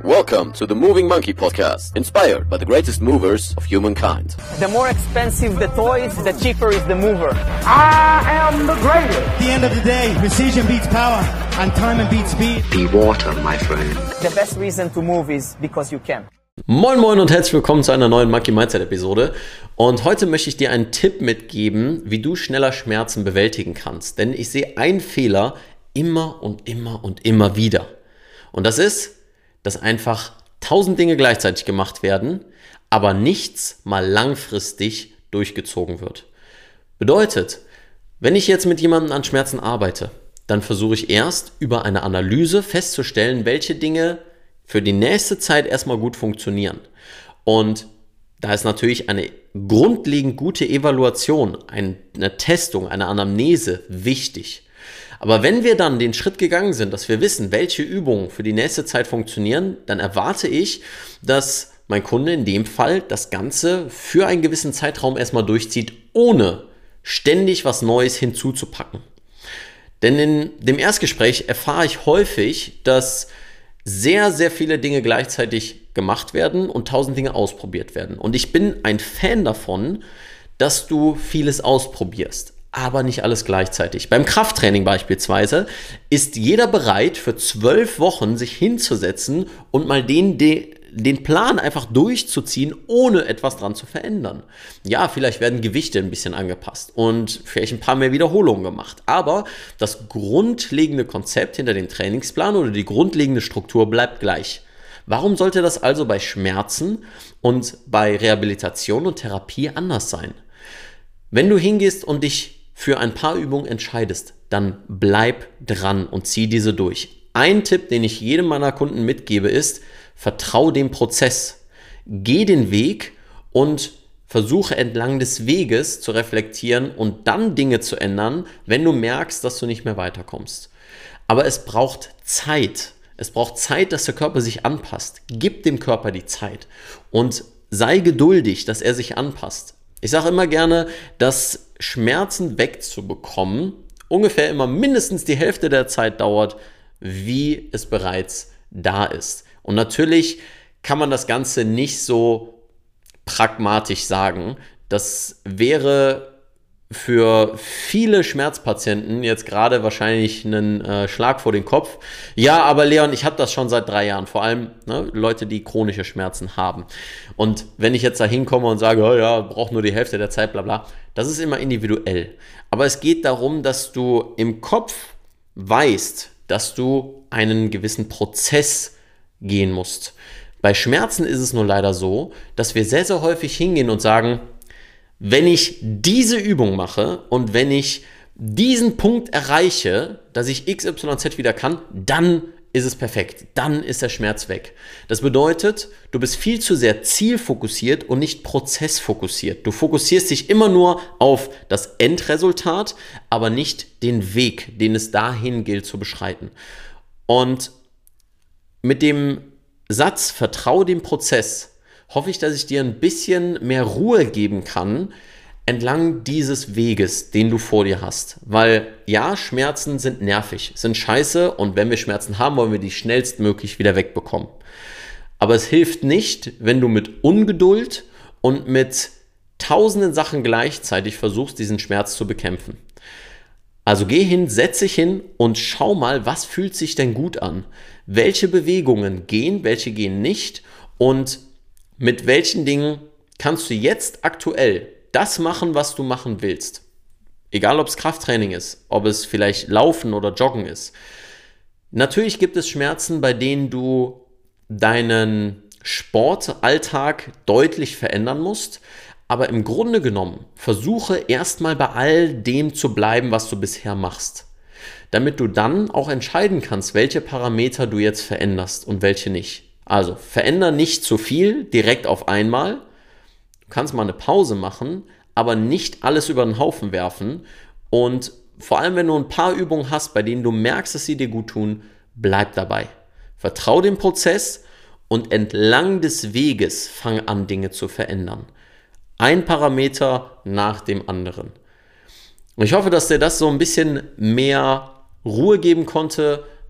Welcome to the Moving Monkey Podcast, inspired by the greatest movers of humankind. The more expensive the toys, the cheaper is the mover. I am the greatest. At the end of the day, precision beats power and time beats speed. Be water, my friend. The best reason to move is because you can. Moin Moin und herzlich willkommen zu einer neuen Monkey Mindset Episode. Und heute möchte ich dir einen Tipp mitgeben, wie du schneller Schmerzen bewältigen kannst. Denn ich sehe einen Fehler immer und immer wieder. Und das ist, dass einfach 1000 Dinge gleichzeitig gemacht werden, aber nichts mal langfristig durchgezogen wird. Bedeutet, wenn ich jetzt mit jemandem an Schmerzen arbeite, dann versuche ich erst über eine Analyse festzustellen, welche Dinge für die nächste Zeit erstmal gut funktionieren. Und da ist natürlich eine grundlegend gute Evaluation, eine Testung, eine Anamnese wichtig. Aber wenn wir dann den Schritt gegangen sind, dass wir wissen, welche Übungen für die nächste Zeit funktionieren, dann erwarte ich, dass mein Kunde in dem Fall das Ganze für einen gewissen Zeitraum erstmal durchzieht, ohne ständig was Neues hinzuzupacken. Denn in dem Erstgespräch erfahre ich häufig, dass sehr viele Dinge gleichzeitig gemacht werden und 1000 Dinge ausprobiert werden. Und ich bin ein Fan davon, dass du vieles ausprobierst, aber nicht alles gleichzeitig. Beim Krafttraining beispielsweise ist jeder bereit, für 12 Wochen sich hinzusetzen und mal den Plan einfach durchzuziehen, ohne etwas dran zu verändern. Ja, vielleicht werden Gewichte ein bisschen angepasst und vielleicht ein paar mehr Wiederholungen gemacht, aber das grundlegende Konzept hinter dem Trainingsplan oder die grundlegende Struktur bleibt gleich. Warum sollte das also bei Schmerzen und bei Rehabilitation und Therapie anders sein? Wenn du hingehst und dich für ein paar Übungen entscheidest, dann bleib dran und zieh diese durch. Ein Tipp, den ich jedem meiner Kunden mitgebe, ist: Vertrau dem Prozess. Geh den Weg und versuche entlang des Weges zu reflektieren und dann Dinge zu ändern, wenn du merkst, dass du nicht mehr weiterkommst. Aber es braucht Zeit. Es braucht Zeit, dass der Körper sich anpasst. Gib dem Körper die Zeit und sei geduldig, dass er sich anpasst. Ich sage immer gerne, dass Schmerzen wegzubekommen ungefähr immer mindestens die Hälfte der Zeit dauert, wie es bereits da ist. Und natürlich kann man das Ganze nicht so pragmatisch sagen. Das wäre für viele Schmerzpatienten jetzt gerade wahrscheinlich ein Schlag vor den Kopf. Ja, aber Leon, ich habe das schon seit 3 Jahren, vor allem Leute, die chronische Schmerzen haben. Und wenn ich jetzt da hinkomme und sage, oh ja, braucht nur die Hälfte der Zeit, bla bla, das ist immer individuell. Aber es geht darum, dass du im Kopf weißt, dass du einen gewissen Prozess gehen musst. Bei Schmerzen ist es nur leider so, dass wir sehr häufig hingehen und sagen, wenn ich diese Übung mache und wenn ich diesen Punkt erreiche, dass ich XYZ wieder kann, dann ist es perfekt, dann ist der Schmerz weg. Das bedeutet, du bist viel zu sehr zielfokussiert und nicht prozessfokussiert. Du fokussierst dich immer nur auf das Endresultat, aber nicht den Weg, den es dahin gilt zu beschreiten. Und mit dem Satz, vertraue dem Prozess, hoffe ich, dass ich dir ein bisschen mehr Ruhe geben kann entlang dieses Weges, den du vor dir hast. Weil ja, Schmerzen sind nervig, sind scheiße und wenn wir Schmerzen haben, wollen wir die schnellstmöglich wieder wegbekommen. Aber es hilft nicht, wenn du mit Ungeduld und mit 1000 Sachen gleichzeitig versuchst, diesen Schmerz zu bekämpfen. Also geh hin, setz dich hin und schau mal, was fühlt sich denn gut an? Welche Bewegungen gehen, welche gehen nicht und mit welchen Dingen kannst du jetzt aktuell das machen, was du machen willst? Egal, ob es Krafttraining ist, ob es vielleicht Laufen oder Joggen ist. Natürlich gibt es Schmerzen, bei denen du deinen Sportalltag deutlich verändern musst. Aber im Grunde genommen versuche erstmal bei all dem zu bleiben, was du bisher machst. Damit du dann auch entscheiden kannst, welche Parameter du jetzt veränderst und welche nicht. Also veränder nicht zu viel direkt auf einmal. Du kannst mal eine Pause machen, aber nicht alles über den Haufen werfen. Und vor allem, wenn du ein paar Übungen hast, bei denen du merkst, dass sie dir gut tun, bleib dabei. Vertrau dem Prozess und entlang des Weges fang an, Dinge zu verändern. Ein Parameter nach dem anderen. Und ich hoffe, dass dir das so ein bisschen mehr Ruhe geben konnte,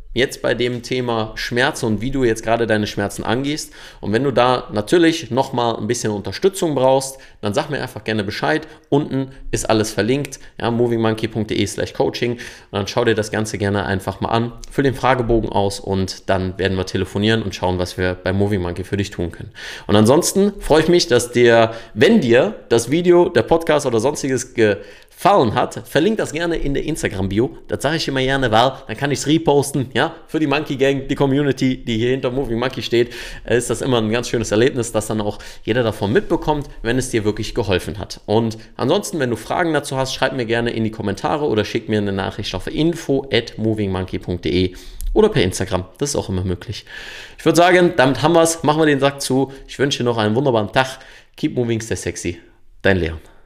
jetzt bei dem Thema Schmerzen und wie du jetzt gerade deine Schmerzen angehst. Und wenn du da natürlich nochmal ein bisschen Unterstützung brauchst, dann sag mir einfach gerne Bescheid. Unten ist alles verlinkt, ja, movingmonkey.de/coaching. Und dann schau dir das Ganze gerne einfach mal an, füll den Fragebogen aus und dann werden wir telefonieren und schauen, was wir bei Moving Monkey für dich tun können. Und ansonsten freue ich mich, dass wenn dir das Video, der Podcast oder sonstiges gefallen hat, verlink das gerne in der Instagram-Bio. Das sage ich immer gerne, weil dann kann ich es reposten, ja, für die Monkey Gang, die Community, die hier hinter Moving Monkey steht, ist das immer ein ganz schönes Erlebnis, dass dann auch jeder davon mitbekommt, wenn es dir wirklich geholfen hat. Und ansonsten, wenn du Fragen dazu hast, schreib mir gerne in die Kommentare oder schick mir eine Nachricht auf info@movingmonkey.de oder per Instagram, das ist auch immer möglich. Ich würde sagen, damit haben wir es, machen wir den Sack zu. Ich wünsche dir noch einen wunderbaren Tag. Keep moving, stay sexy. Dein Leon.